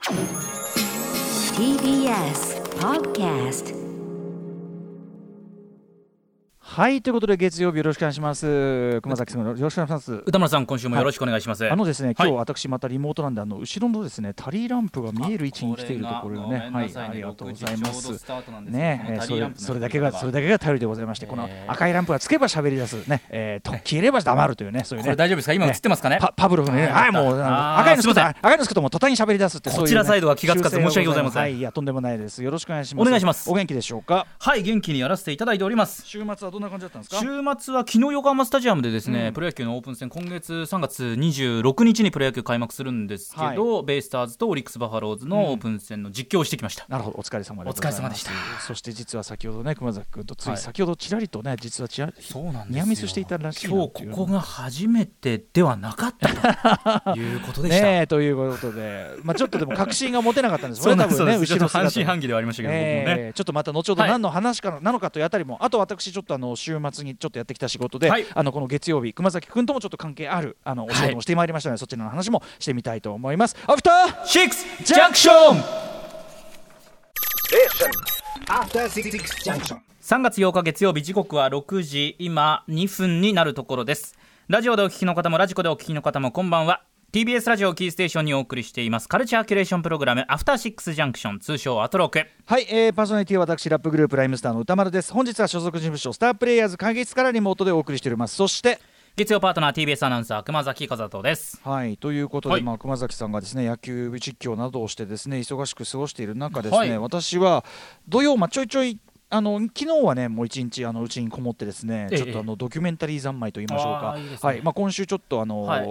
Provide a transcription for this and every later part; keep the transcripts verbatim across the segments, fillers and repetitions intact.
ティービーエス Podcast。 はい、ということで月曜日よろしくお願いします。熊崎さんよろしくお願いします。 歌丸さん今週もよろしくお願いします。はい、 あのですね、今日はい、 私またリモートなんで、あの後ろのですねタリーランプが見える位置に来ているところがね、はい、ありがとうございます。ね、それそれだけがそれだけが頼りでございまして、この赤いランプがつけば喋り出すね、えー、と消えれば黙るというね、そういうね。 これ大丈夫ですか？今映ってますかね？ パ, パブロフのね、はい、もう赤いのつくと赤いのつくともう途端に喋り出すって、 こちらサイドは気がつかず申し訳ございません。 はい、いやとんでもないです。よろしくお願いします。 お願いします。 お元気でしょうか？ はい、元気にやらせていただいております。 週末はどんな感じだったんですか？ 週末は昨日横浜スタジアムでですね、うん、プロ野球のオープン戦、今月さんがつにじゅうろくにちにプロ野球開幕するんですけど、はい、ベイスターズとオリックスバファローズのオープン戦の実況をしてきました。 うん、なるほど、お疲れ様でございます。 お疲れ様でした。 そして実は先ほどね、熊崎君とつい先ほどちらりとね、はい、実はちらニアミスしていたらしい。 今日ここが初めてではなかったということでしたね。ということで、まあ、ちょっとでも確信が持てなかったんですもんね。多分ね、後ろ半信半疑ではありましたけど、 えー僕もね、 ちょっとまた後ほど何の話かなのかというあたりも、はい、あと私ちょっとあの週末にちょっとやってきた仕事で、はい、あのこの月曜日熊崎君ともちょっと関係あるあのお仕事もしてまいりましたので、はい、そちらの話もしてみたいと思います。アフターシックスジャンクション。さんがつようか月曜日、時刻はろくじ今にふんになるところです。ラジオでお聞きの方もラジコでお聞きの方もこんばんは。 ティービーエス ラジオキーステーションにお送りしていますカルチャーキュレーションプログラム、アフターシックスジャンクション、通称アトロク。 はい、えー、パーソナリティは私ラップグループライムスターの歌丸です。本日は所属事務所スタープレイヤーズ会議室からリモートでお送りしております。そして月曜パートナー ティービーエス アナウンサー熊崎和人です。 はい、ということで、はい、まあ、熊崎さんがですね野球実況などをしてですね忙しく過ごしている中ですね、はい、私は土曜、まあ、ちょいちょいあの昨日はねもう一日あのうちにこもってですね、ええ、ちょっとあのドキュメンタリー三昧と言いましょうか、いいですね、はい、まあ、今週ちょっとあの、はい、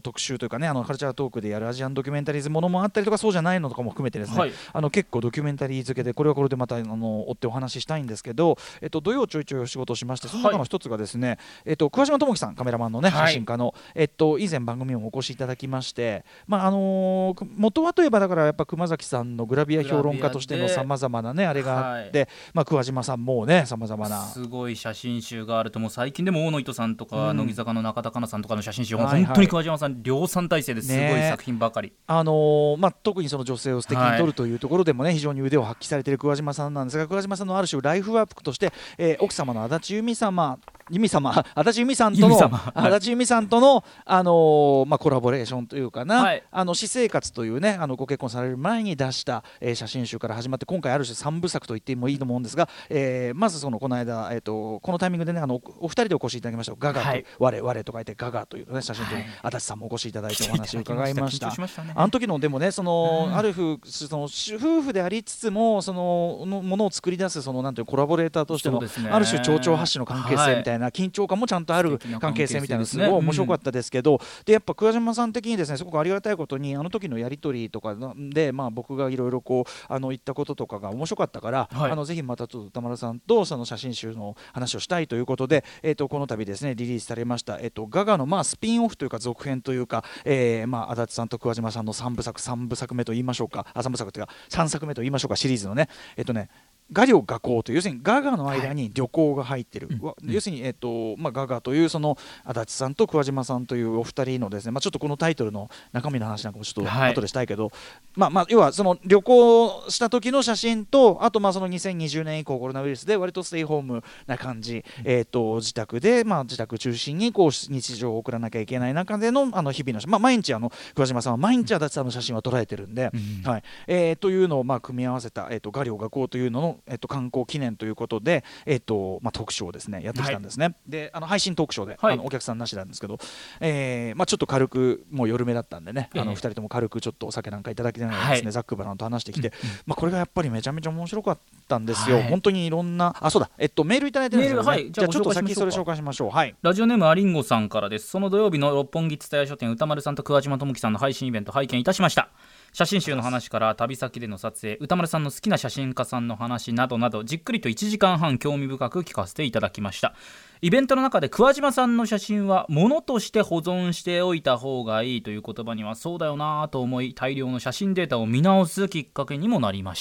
特集というかね、あのカルチャートークでやるアジアンドキュメンタリーズものもあったりとか、そうじゃないのとかも含めてですね、はい、あの結構ドキュメンタリー付けでこれはこれでまたあの追ってお話ししたいんですけど、えっと、土曜ちょいちょいお仕事をしまして、その中の一つがですね、はい、えっと、桑島智樹さん、カメラマンのね、はい、写真家の、えっと、以前番組にもお越しいただきまして、まああのー、元はといえばだからやっぱ熊崎さんのグラビア評論家としてのさまざまなねあれがあって、はい、まあ、桑島さんもねさまざまなすごい写真集があると、もう最近でも大野糸さんとか、うん、乃木坂の中田香菜さんとかの写真集、はいはい、本当に桑島さん量産体制ですごい作品ばかり、ね、 あのーまあ、特にその女性を素敵に撮るというところでもね、はい、非常に腕を発揮されている桑島さんなんですが、桑島さんのある種ライフワークとして、えー、奥様の足立由美様由美様足立由美さんとの、はい、足立由美さんとの、あのーまあ、コラボレーションというかな、はい、あの私生活というね、あのご結婚される前に出した、えー、写真集から始まって、今回ある種三部作と言ってもいいと思うんですが、えー、まずそのこの間、えー、とこのタイミングでね、あのお二人でお越しいただきました。ガガと、はい、我々と書いてガガという、ね、写真と、はい、足立さんもお越しいただいてお話を伺いました。 しましたね、 あの時のでもね、その、うん、あるふその夫婦でありつつもそののものを作り出すそのなんていうコラボレーターとしての、ね、ある種丁々発止の関係性みたいな、はい、緊張感もちゃんとある関係性みたいな、すごい面白かったですけど、うん、でやっぱ桑島さん的にですね、すごくありがたいことに、あの時のやり取りとかで、まあ、僕がいろいろこうあの言ったこととかが面白かったから、はい、あのぜひまたちょっと歌丸さんとその写真集の話をしたいということで、えー、とこの度ですねリリースされました、えー、とガガのまあスピンオフというか続編というか、えー、まあ足立さんと桑島さんのさんぶさくさんぶさくめと言いましょうか、あさんぶさくというかさんさくめと言いましょうか、シリーズのね、えっ、ー、とねガリョガコという、要するにガガの間に旅行が入ってる、はい、要するに、えーとまあ、ガガというその足立さんと桑島さんというお二人のですね、まあ、ちょっとこのタイトルの中身の話なんかもちょっと後でしたいけど、はい、まあまあ、要はその旅行した時の写真と、あとまあそのにせんにじゅうねん以降コロナウイルスで割とステイホームな感じ、えー、と自宅で、まあ、自宅中心にこう日常を送らなきゃいけない中での、あの日々の、まあ、毎日あの桑島さんは毎日足立さんの写真は捉えてるんで、うん、はい、えー、というのをまあ組み合わせた、えー、とガリョガコというのの、えー、と観光記念ということで、えーとまあ、トークショーをですねやってきたんですね、はい、であの配信トークショーで、はい、あのお客さんなしなんですけど、えーまあ、ちょっと軽くもう夜目だったんでね、あのふたりとも軽くちょっとお酒なんかいただきながらですね、はい、ざっくばらんと話してきて、うんうん、まあ、これがやっぱりめちゃめちゃ面白かったんですよ、はい、本当にいろんな、あ、そうだ、えっと、メールいただいてるんですよね、はい、じゃあちょっと先それ紹介しましょう。はい、 ラジオネームアリンゴさんからです。その土曜日の六本木蔦屋書店歌丸さんと桑島智樹さんの配信イベント拝見いたしました。写真集の話から旅先での撮影、歌丸さんの好きな写真家さんの話などなど、じっくりといちじかんはん興味深く聞かせていただきました。イベントの中で桑島さんの写真は物として保存しておいた方がいいという言葉にはそうだよなと思い、大量の写真データを見直すきっかけにもなりました。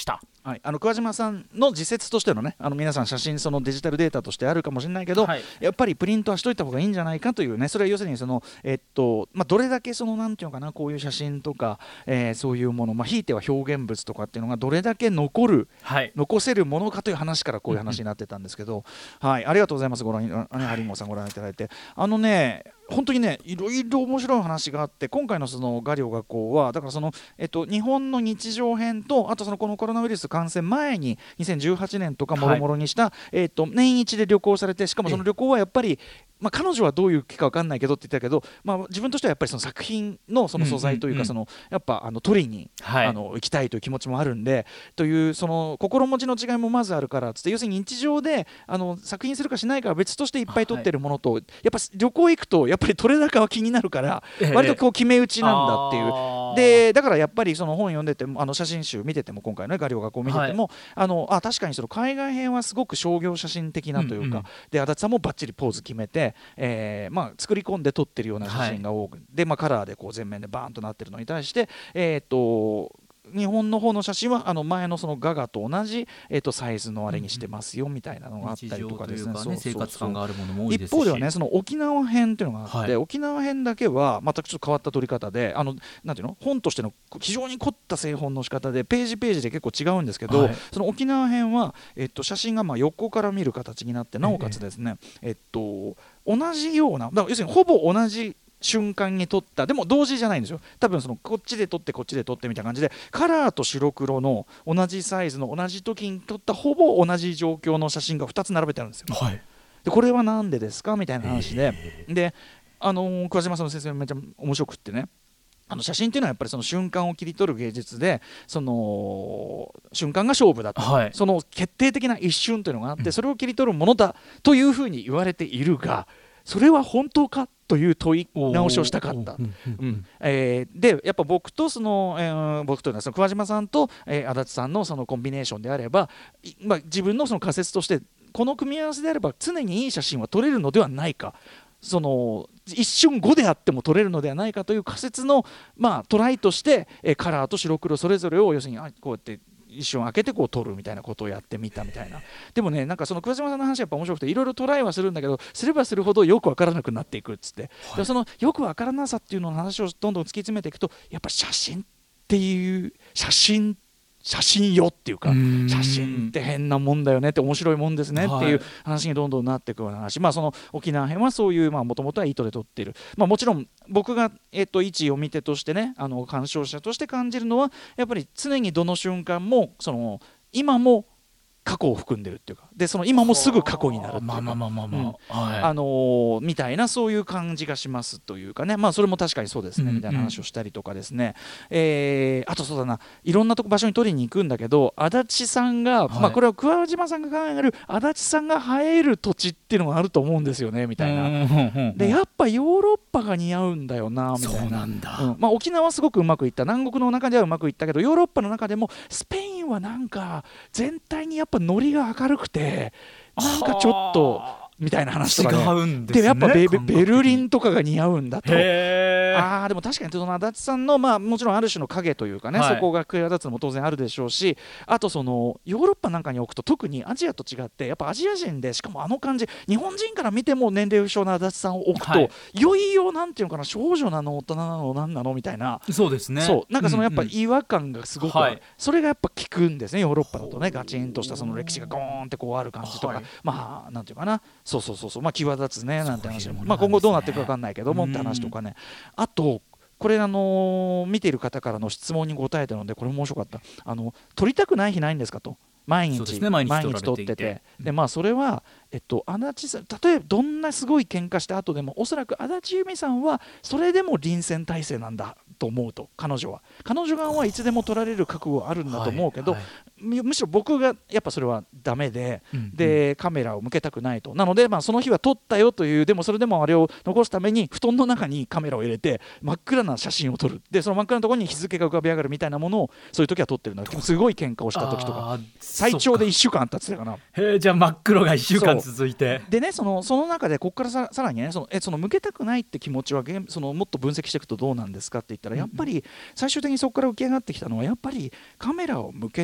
はい、あの桑島さんの自説としてのね、あの皆さん写真そのデジタルデータとしてあるかもしれないけど、はい、やっぱりプリントはしといた方がいいんじゃないかというね、それは要するにその、えっとまあ、どれだけそのなんていうのかな、こういう写真とか、えー、そういうもの、まあ、ひいては表現物とかっていうのがどれだけ残る、はい、残せるものかという話からこういう話になってたんですけど、はい、ありがとうございます。ご覧に、ハリンゴさんご覧いただいて、あのね本当にねいろいろ面白い話があって、今回のそのガリオ学校はだからその、えっと、日本の日常編と、あとそのこのコロナウイルス感染前ににせんじゅうはちねんとかもろもろにした、はい、えっと、年一で旅行されて、しかもその旅行はやっぱりまあ、彼女はどういう気か分かんないけどって言ってたけど、まあ、自分としてはやっぱりその作品のその素材というか、そのやっぱあの撮りに、はい、あの行きたいという気持ちもあるんでという、その心持ちの違いもまずあるからつって、要するに日常であの作品するかしないかは別としていっぱい撮ってるものと、はい、やっぱ旅行行くとやっぱり撮れ高は気になるから割とこう決め打ちなんだっていう、えー、でだからやっぱりその本読んでても、あの写真集見てても、今回の、ね、ガリオ学校見てても、はい、あのあ確かにその海外編はすごく商業写真的なというか、うんうん、で足立さんもバッチリポーズ決めて、えーまあ、作り込んで撮ってるような写真が多く、はい、でまあ、カラーでこう全面でバーンとなってるのに対して、えー、と日本の方の写真はあの前のそのガガと同じ、えー、とサイズのあれにしてますよみたいなのがあったりとかですね、 生活感があるものも多いですし、 一方ではね、その沖縄編っていうのがあって、はい、沖縄編だけは全くちょっと変わった撮り方で、あのなんていうの、本としての非常に凝った製本の仕方でページページで結構違うんですけど、はい、その沖縄編は、えっと、写真がまあ横から見る形になって、なおかつですね、えー、えっと同じような、だから要するにほぼ同じ瞬間に撮った、でも同時じゃないんですよ、多分そのこっちで撮ってこっちで撮ってみたいな感じで、カラーと白黒の同じサイズの同じ時に撮ったほぼ同じ状況の写真がふたつ並べてあるんですよ、はい、でこれはなんでですかみたいな話で、であのー、桑島さんの先生めっちゃ面白くってね、あの写真っていうのはやっぱりその瞬間を切り取る芸術で、その瞬間が勝負だと、はい、その決定的な一瞬というのがあって、それを切り取るものだというふうに言われているが、それは本当かという問い直しをしたかった、うんえー、でやっぱ僕とその、えー、僕というのはその桑島さんと、えー、足立さんのそのコンビネーションであれば、まあ、自分のその仮説としてこの組み合わせであれば常にいい写真は撮れるのではないか、その一瞬後であっても撮れるのではないかという仮説の、まあ、トライとして、えー、カラーと白黒それぞれを要するにあこうやって一瞬開けてこう撮るみたいなことをやってみたみたいな。でもね、なんかその桑島さんの話やっぱ面白くて、いろいろトライはするんだけど、すればするほどよく分からなくなっていくっつって、はい、でそのよく分からなさっていうのの話をどんどん突き詰めていくと、やっぱ写真っていう写真写真よっていうか、写真って変なもんだよねって、面白いもんですねっていう話にどんどんなっていくような話、まあその沖縄編はそういうもともとは意図で撮っている、まあ、もちろん僕が、えっと、一読み手としてね、あの鑑賞者として感じるのはやっぱり常にどの瞬間もその今も過去を含んでるっていうか、でその今もすぐ過去になるっていうか、あのみたいなそういう感じがしますというかね、まあそれも確かにそうですね、うんうん、みたいな話をしたりとかですね、えー、あとそうだな、いろんなとこ場所に撮りに行くんだけど、足立さんが、はい、まあこれは桑島さんが考える足立さんが生える土地っていうのがあると思うんですよねみたいな、でやっぱヨーロッパが似合うんだよなみたいな、そうなんだ、うん、まあ、沖縄はすごくうまくいった、南国の中ではうまくいったけど、ヨーロッパの中でもスペインはなんか全体にやっぱノリが明るくて、なんかちょっとみたいな話とかね、違うんですね、でやっぱ ベ, ベルリンとかが似合うんだと、あでも確かにその足立さんの、まあ、もちろんある種の影というかね、はい、そこが際立つのも当然あるでしょうし、あとそのヨーロッパなんかに置くと特にアジアと違ってやっぱアジア人で、しかもあの感じ、日本人から見ても年齢不詳な足立さんを置くと、はい、いよいよなんていうのかな、少女なの大人なの何なのみたいな、そうですね、そうなんかそのやっぱ違和感がすごく、うんうん、それがやっぱ効くんですね、ヨーロッパだとね、ガチンとしたその歴史がゴーンってこうある感じとか、はい、まあなんていうかな、そうそうそうそう、まあ際立つねなんて話も、まあ今後どうなっていくか分かんないけどもって話とかね、あとこれあのー、見ている方からの質問に答えたのでこれも面白かった、あの撮りたくない日ないんですかと、毎日、ね、毎日撮ってて、でまあそれはえっと足立さん、例えばどんなすごい喧嘩した後でもおそらく足立由美さんはそれでも臨戦態勢なんだと思うと、彼女は彼女側はいつでも取られる覚悟はあるんだと思うけど、はいはい、むしろ僕がやっぱそれはダメで、うんうん、でカメラを向けたくないと、なので、まあ、その日は撮ったよという、でもそれでもあれを残すために布団の中にカメラを入れて真っ暗な写真を撮る、でその真っ暗なところに日付が浮かび上がるみたいなものをそういう時は撮ってるんだけど、すごい喧嘩をした時とか最長でいっしゅうかんあったって言ってたかな。 へえ、じゃあ真っ黒がいっしゅうかん続いて、 でね、その、その中でここから さ, さらにね、そのえその向けたくないって気持ちはそのもっと分析していくとどうなんですかって言ったら、やっぱり最終的にそこから浮き上がってきたのは、やっぱりカメラを向けてそ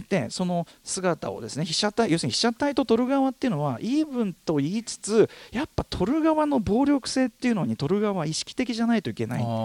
その姿をですね、被写体、要するに被写体と撮る側っていうのはイーブンと言いつつ、やっぱ撮る側の暴力性っていうのに撮る側は意識的じゃないといけない、うん、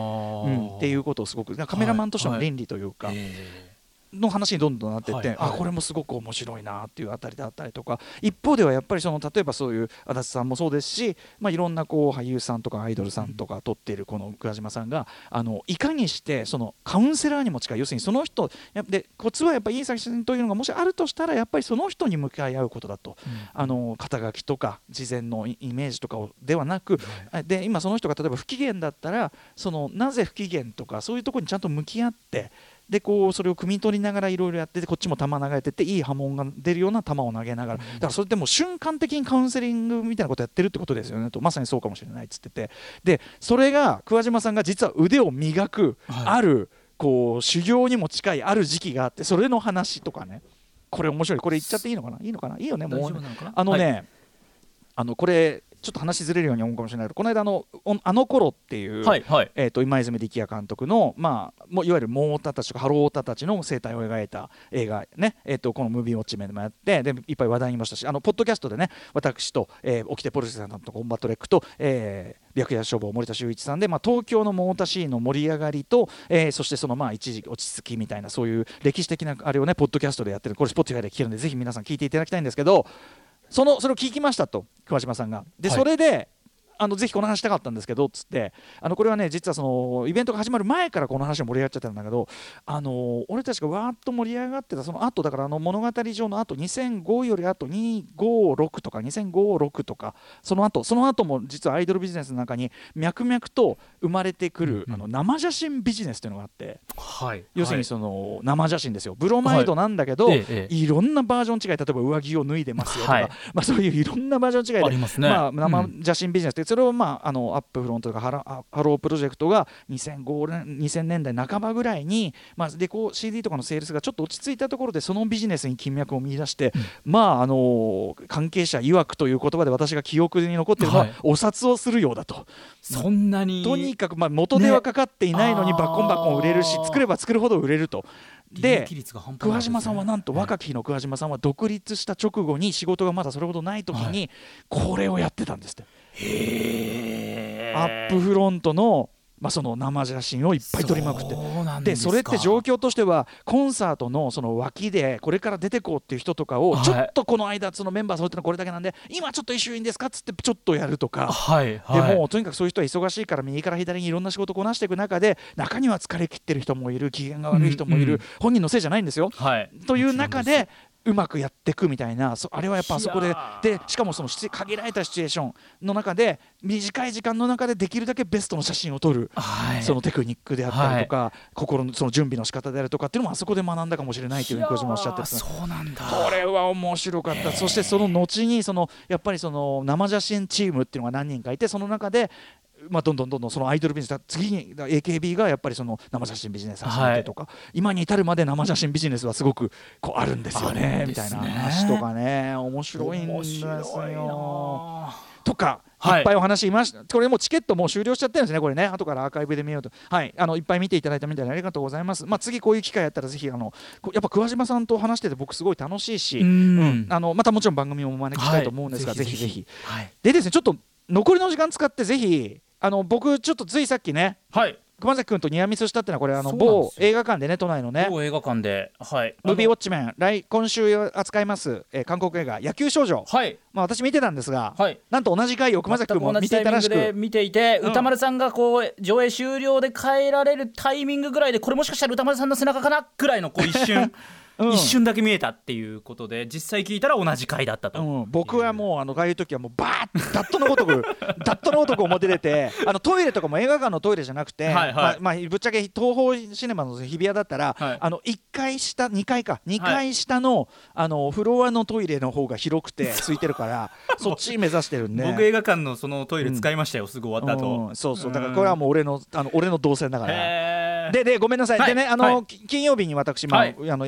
っていうことをすごくカメラマンとしての倫理というか、はいはい、の話にどんどんなっていって、はいはい、あこれもすごく面白いなっていうあたりだったりとか、一方ではやっぱりその例えばそういう足立さんもそうですし、まあ、いろんなこう俳優さんとかアイドルさんとか撮っているこの桑島さんがあのいかにしてそのカウンセラーにも近い、要するにその人でコツはやっぱりいい作品というのがもしあるとしたらやっぱりその人に向かい合うことだと、うん、あの肩書きとか事前のイメージとかをではなく、はい、で今その人が例えば不機嫌だったらそのなぜ不機嫌とかそういうところにちゃんと向き合ってでこうそれを汲み取りながらいろいろやってて、こっちも球投げてっていい波紋が出るような球を投げながら、だからそれってもう瞬間的にカウンセリングみたいなことやってるってことですよねと、まさにそうかもしれないっつってて、でそれが桑島さんが実は腕を磨くあるこう修行にも近いある時期があって、それの話とかね、これ面白い、これ言っちゃっていいのかな、いいのかな、いいよね、もうあのね、はい、あのこれちょっと話ずれるように思うかもしれないけど、この間のあの頃っていう、はいはい、えー、と今泉力也監督の、まあ、もいわゆるモータたちとかハロータたちの生態を描いた映画ね、えー、とこのムービーウォッチメンでもやってでいっぱい話題にもしたし、あのポッドキャストでね私と、えー、沖手ポルシェさんとコンバットレックと、えー、白夜消防森田修一さんで、まあ、東京のモータシーンの盛り上がりと、えー、そしてそのまあ一時落ち着きみたいなそういう歴史的なあれをねポッドキャストでやってる、これ Spotify で聞けるんでぜひ皆さん聞いていただきたいんですけど、そのそれを聞きましたと桑島さんがで、はい、それであのぜひこの話したかったんですけどつって、あのこれはね実はそのイベントが始まる前からこの話が盛り上がっちゃったんだけど、あの俺たちがわーっと盛り上がってたその後だから、あの物語上の後にせんごよりあとにせんごじゅうろくとかにせんごじゅうろくとかその後その後も実はアイドルビジネスの中に脈々と生まれてくる、うん、あの生写真ビジネスというのがあって、はい、要するにその生写真ですよ、ブロマイドなんだけど、はい、いろんなバージョン違い、例えば上着を脱いでますよとか、はい、まあ、そういういろんなバージョン違いでありますね、まあ、生写真ビジネスってそれをまああのアップフロントとかハラハロープロジェクトがにせんごねんにせんねんだいなかばぐらいに、まあ、でこう シーディー とかのセールスがちょっと落ち着いたところでそのビジネスに金脈を見出して、うん、まああの関係者曰くという言葉で私が記憶に残っているのは、はい、お札をするようだと、 そんなにとにかく、まあ、元手はかかっていないのにバッコンバッコン売れるし、作れば作るほど売れると。で桑島さんはなんと若き日の桑島さんは独立した直後に仕事がまだそれほどない時にこれをやってたんですって。へー、アップフロントのまあ、その生写真をいっぱい撮りまくって、でそれって状況としてはコンサートのその脇でこれから出てこうっていう人とかをちょっとこの間そのメンバー揃ってのこれだけなんで今ちょっと一周いいんですかっつってちょっとやるとか、はいはい、でもとにかくそういう人は忙しいから右から左にいろんな仕事をこなしていく中で中には疲れ切ってる人もいる、機嫌が悪い人もいる、うんうん、本人のせいじゃないんですよ、はい、という中でうまくやっていくみたいな、あれはやっぱあそこででしかもその限られたシチュエーションの中で短い時間の中でできるだけベストの写真を撮る、はい、そのテクニックであったりとか、はい、心のその準備の仕方であるとかっていうのもあそこで学んだかもしれないというふうに小島おっしゃってた。 そうなんだ、 これは面白かった。そしてその後にそのやっぱりその生写真チームっていうのが何人かいて、その中でまあ、どんどんどんどんそのアイドルビジネス、次に エーケービー がやっぱりその生写真ビジネス始めてとか、はい、今に至るまで生写真ビジネスはすごくこうあるんですよねみたいな話とかね、面白いんですよとか、はい、いっぱいお話いました。これもチケットもう終了しちゃってるんですね、これね、後からアーカイブで見ようと、はい、あのいっぱい見ていただいたみたいでありがとうございます。まあ、次こういう機会やったらぜひあのやっぱ桑島さんと話してて僕すごい楽しいし、うんうん、あのまたもちろん番組もお招きしたいと思うんですが、はい、ぜひぜひ、はい、でですね、ちょっと残りの時間使ってぜひあの僕ちょっとついさっきね、はい、熊崎君とニアミスしたっていうのはこれあの某映画館でね、都内のね某映画館で、はい、 ムービーウォッチメン来今週扱います、えー、韓国映画野球少女、はい、まあ、私見てたんですが、はい、なんと同じ回を熊崎君も見ていたらしく、で見ていて、うん、歌丸さんがこう上映終了で帰られるタイミングぐらいでこれもしかしたら歌丸さんの背中かなぐらいのこう一瞬うん、一瞬だけ見えたっていうことで実際聞いたら同じ回だったと、うん、 僕はもうあのああいう時はもうバーッダットのごとくダットのごとく表出て、あのトイレとかも映画館のトイレじゃなくて、はいはい、まあまあ、ぶっちゃけ東宝シネマの日比谷だったら、はい、あのいっかい下にかいかにかい下の、はい、あのフロアのトイレの方が広くて空いてるからそっち目指してるんで僕映画館のそのトイレ使いましたよ、うん、すぐ終わった後、 うん、そうそうだからこれはもう俺のあの俺の動線だからででごめんなさい、はい、でねあの、はい、金曜日に私、まあはい、あのムービーウォッチ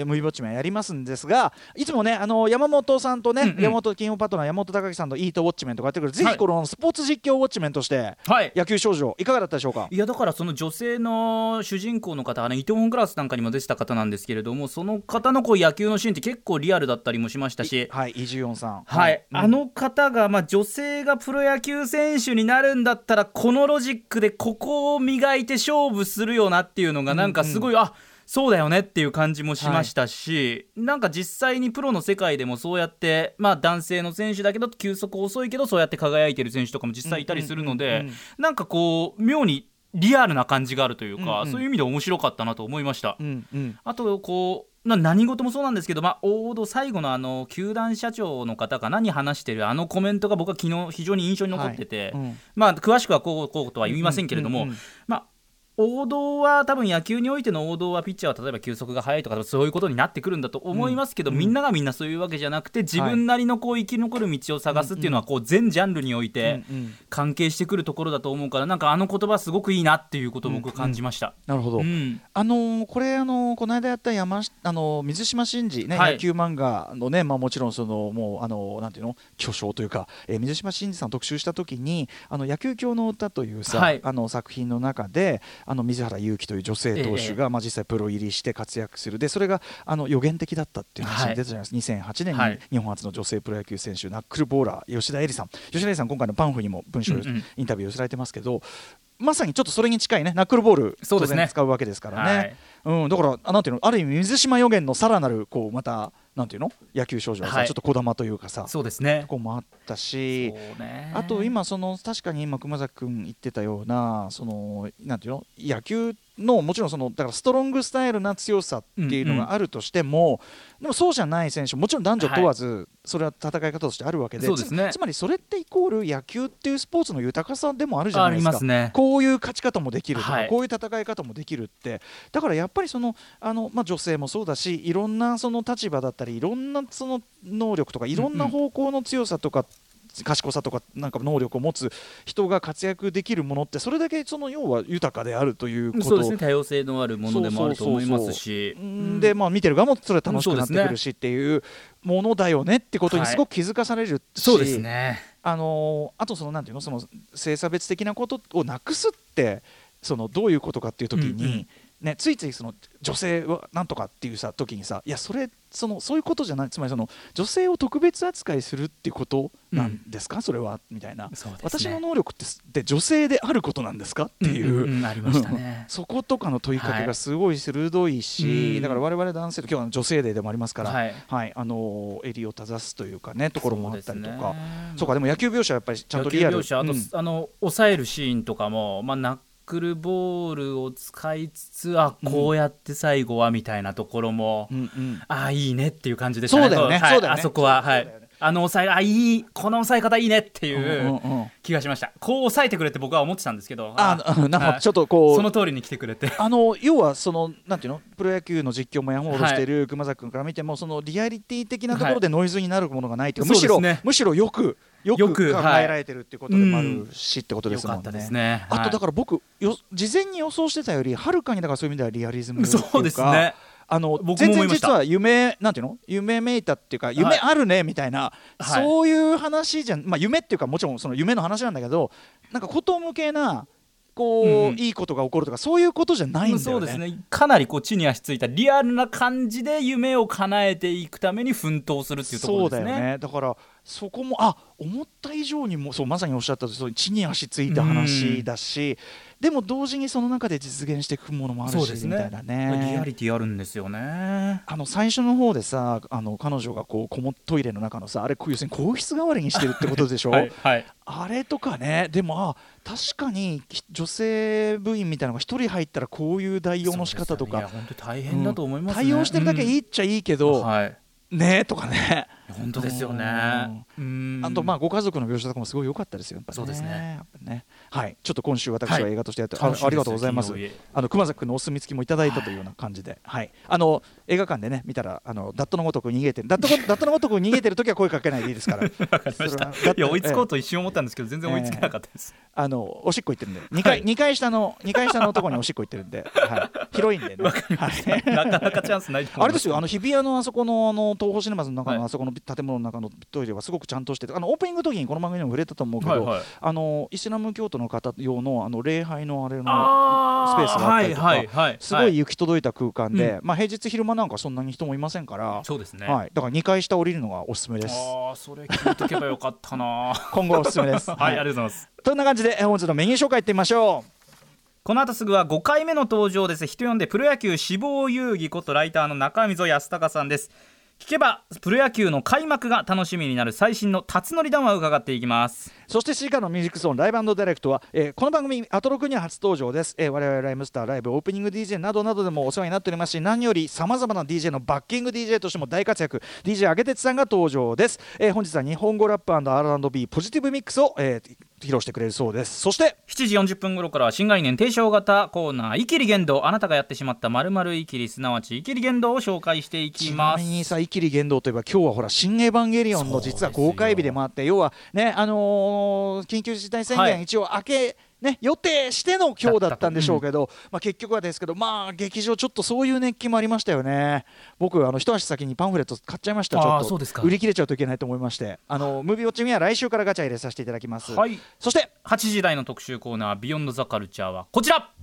チメンやりますんですが、いつもねあの山本さんとね、うんうん、山本金曜パートナー山本隆樹さんとイートウォッチメンとかやってくる、ぜひこのスポーツ実況ウォッチメンとして、はい、野球少女いかがだったでしょうか。 いやだからその女性の主人公の方はねイテウォンクラスなんかにも出てた方なんですけれども、その方のこう野球のシーンって結構リアルだったりもしましたし、 はい、イジュヨンさん、 はい、 うん、 あの方が、まあ、女性がプロ野球選手になるんだったらこのロジックでここを磨いて勝負するよなっていうのがなんかすごい、うんうん、あそうだよねっていう感じもしましたし、はい、なんか実際にプロの世界でもそうやって、まあ、男性の選手だけど球速遅いけどそうやって輝いてる選手とかも実際いたりするので、なんかこう妙にリアルな感じがあるというか、うんうん、そういう意味で面白かったなと思いました、うんうん、あとこうな何事もそうなんですけど、まあ、王道最後のあの球団社長の方が何話してるあのコメントが僕は昨日非常に印象に残ってて、はい、うん、まあ、詳しくはこうこうとは言いませんけれども、うんうんうん、まあ王道は多分野球においての王道はピッチャーは例えば球速が速いとかそういうことになってくるんだと思いますけど、うん、みんながみんなそういうわけじゃなくて自分なりのこう生き残る道を探すっていうのはこう全ジャンルにおいて関係してくるところだと思うから、なんかあの言葉すごくいいなっていうことを僕感じました、 うんうん、なるほど、うん、あのー、これ、あのー、この間やった山あのー、水島新司、ね、はい、野球漫画のね、まあ、もちろんそのもうあのー、なんていうの巨匠というか、えー、水島新司さん特集した時にあの野球狂の歌というさ、はい、あの作品の中であの水原勇気という女性投手が、ええ、まあ、実際プロ入りして活躍する、でそれがあの予言的だったっていう話に出たじゃないですか、はい、にせんはちねんに日本初の女性プロ野球選手、ナックルボーラー吉田絵里さん吉田絵里さん今回のパンフにも文章、うんうん、インタビュー寄せられてますけど、まさにちょっとそれに近いねナックルボール当然使うわけですからね、はい、うん、だからあなんていうのある意味水島予言のさらなるこうまたなんていうの野球少女はさ、はい、ちょっとこだまというかさ、 そうですね、 とこもあったし、 ね、 あと今その確かに今熊崎君言ってたようなそのなんていうの野球のもちろんそのだからストロングスタイルな強さっていうのがあるとしても、うんうん、でもそうじゃない選手もちろん男女問わずそれは戦い方としてあるわけで、はい、そうですね、つ, つまりそれってイコール野球っていうスポーツの豊かさでもあるじゃないですか。ありますね、こういう勝ち方もできるとか、はい、こういう戦い方もできるって、だからやっぱりそのあの、まあ、女性もそうだしいろんなその立場だったりいろんなその能力とかいろんな方向の強さとか、うんうん賢さとかなんか能力を持つ人が活躍できるものってそれだけその要は豊かであるということ、 そうですね、多様性のあるものでもあると思いますし、 で、まあ、見てる側もそれ楽しくなってくるしっていうものだよねってことにすごく気づかされるし、 そうですね、 あのあとそのなんていうのその性差別的なことをなくすってそのどういうことかっていう時に、うんうんね、ついついその女性はなんとかっていうさ時にさいやそれそのそういうことじゃない、つまりその女性を特別扱いするっていうことなんですか、うん、それはみたいな、ね、私の能力ってで女性であることなんですかっていう、うんうんうん、ありましたねそことかの問いかけがすごい鋭いし、はい、だから我々男性と今日は女性デーでもありますから、はいはい、あの襟を正すというかねところもあったりとか、そう、ね、そうかでも野球描写はやっぱりちゃんとリアル、 野球描写あと、うん、あの抑えるシーンとかも、まあ、ナックルボールを使いつつあこうやって最後はみたいなところも、うんうん、あいいねっていう感じでしたね。 そうだよね、 はい、 そうだよね、 あそこは、はい、あの抑えあいいこの抑え方いいねっていう気がしました、うんうんうん、こう抑えてくれって僕は思ってたんですけど、 ああなんかちょっとこうその通りに来てくれてあの要はそのなんていうのプロ野球の実況もやもろしている熊崎君から見ても、そのリアリティ的なところでノイズになるものがないというか、はい、むしろ、ね、むしろよくよく考えられてるってことでもあるし、はい、ってことですもんね。 よかったですね、はい、 あとだから僕よ事前に予想してたよりはるかにだからそういう意味ではリアリズムっていうか、 そうですね、 あの全然実は夢なんていうの夢めいたっていうか夢あるねみたいな、はい、そういう話じゃん、まあ、夢っていうかもちろんその夢の話なんだけどなんかこと向けなこう、うん、いいことが起こるとかそういうことじゃないんだよね。 そうですね、かなりこう地に足ついたリアルな感じで夢を叶えていくために奮闘するっていうところですね。 そうだよね、だからそこもあ思った以上にもそうまさにおっしゃったそう地に足ついた話だし、でも同時にその中で実現していくものもあるし、そうですね、みたいなね、 リアリティあるんですよね。 あの最初の方でさあの彼女がこうこもトイレの中のさあれ要するに更衣室代わりにしてるってことでしょ、はいはい、あれとかね、でもあ確かに女性部員みたいなのが一人入ったらこういう代用の仕方とか、 本当に大変だと思いますね、 うん、対応してるだけいいっちゃいいけど、 うんはい、 ねとかね本当ですよね。 あとまあご家族の描写とかもすごい良かったですよ、やっぱね。 そうですね。 やっぱね、はい、ちょっと今週私は映画としてやって、 はい、 あ, ありがとうございます。あの熊崎君のお墨付きもいただいたというような感じで、はい、あの映画館でね見たらあのダットのごとく逃げてるダットダットのごとく逃げてる時は声かけないでいいですから。 わかりました。いや追いつこうと一瞬思ったんですけど、えー、全然追いつけなかったです。 えー、あのおしっこ行ってるんでにかい、はい、にかい下のにかい下のところにおしっこ行ってるんで、はい、広いんでね。 わかりました。なかなかチャンスないと思います。 あれですよ、あの日比谷のあそこのあの東宝シネマズの中のあそこの建物の中のトイレはすごくちゃんとしてて、あのオープニングの時にこの番組にも触れたと思うけど、はいはい、あのイスラム教徒の方用のあの礼拝のあれのスペースがあったりとか、はいはいはい、すごい行き届いた空間で、うん、まあ、平日昼間なんかそんなに人もいませんから、 そうですね、 はい、だからにかい下降りるのがおすすめです。 あ、それ聞いとけばよかったな。 今後おすすめです。 はい、はい、ありがとうございます。 そんな感じで本日のメニュー紹介いってみましょう。 この後すぐはごかいめの登場です。人呼んでプロ野球志望遊戯ことライターの中溝康隆さんです。聞けばプロ野球の開幕が楽しみになる最新の辰徳談話を伺っていきます。 そしてしちじからのミュージックゾーンライブ&ダイレクトは、えー、この番組アトロクには初登場です。えー、我々ライムスターライブオープニング ディージェー などなどでもお世話になっておりますし、何よりさまざまな ディージェー のバッキング ディージェー としても大活躍 ディージェー あげてつさんが登場です。えー、本日は日本語ラップ&アールアンドビー ポジティブミックスを、えー披露してくれるそうです。そしてしちじよんじゅっぷん頃からは新概念提唱型コーナー、イキリ言動、あなたがやってしまった〇〇イキリ、すなわちイキリ言動を紹介していきます。 ちなみにさ、イキリ言動といえば今日はほら新エヴァンゲリオンの実は公開日でもあって、要はね、あのー、緊急事態宣言一応明け、はいね、予定しての今日だったんでしょうけど、うん、まあ、結局はですけど、まあ劇場ちょっとそういう熱気もありましたよね。僕あの一足先にパンフレット買っちゃいました。ちょっと売り切れちゃうといけないと思いまして、あのムービーウォッチミは来週からガチャ入れさせていただきます、 はい、 そしてはちじ台の特集コーナービヨンドザカルチャーはこちら。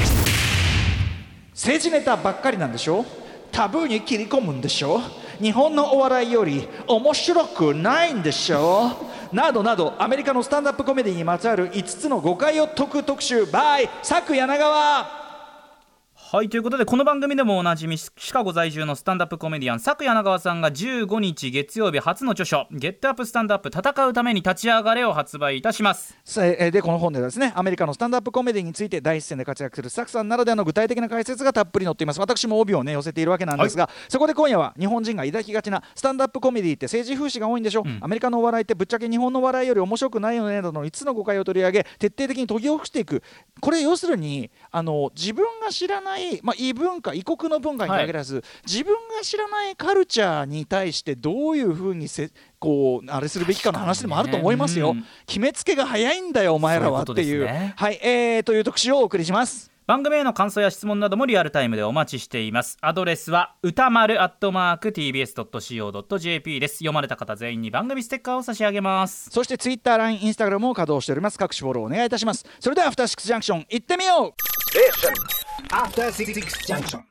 政治ネタばっかりなんでしょ、タブーに切り込むんでしょ、日本のお笑いより面白くないんでしょなどなど、アメリカのスタンダップコメディにまつわるいつつの誤解を解く特集 by 佐久柳川。 はい、ということでこの番組でもおなじみシカゴ在住のスタンダップコメディアン佐久柳川さんがじゅうごにち月曜日初の著書ゲットアップスタンドアップ戦うために立ち上がれを発売いたします。 でこの本ではですね、アメリカのスタンダップコメディについて第一線で活躍する佐久さんならではの具体的な解説がたっぷり載っています。私も帯をね寄せているわけなんですが、はい、そこで今夜は日本人が抱きがちなスタンダップコメディって政治風刺が多いんでしょ、うん、アメリカのお笑いってぶっちゃけ日本のお笑いより面白くないよねなどのいつつの誤解を取り上げ徹底的に研ぎほぐしていく。これ要するにあの自分が知らない、まあ、異文異国の文化に限らず、はい、自分が知らないカルチャーに対してどういうふうにせこうあれするべきかの話でもあると思いますよ、ね、うん、決めつけが早いんだよお前らはっていう、ね、はい、えー、という特集をお送りします。 番組への感想や質問などもリアルタイムでお待ちしています。アドレスは歌丸アットマーク ティービーエスドットシーオードットジェーピー です。読まれた方全員に番組ステッカーを差し上げます。 そして Twitter、ライン、インスタグラムも稼働しております。各種フォローお願いいたします。それではアフターシックスジャンクション行ってみよう。アフターシックスジャンクション。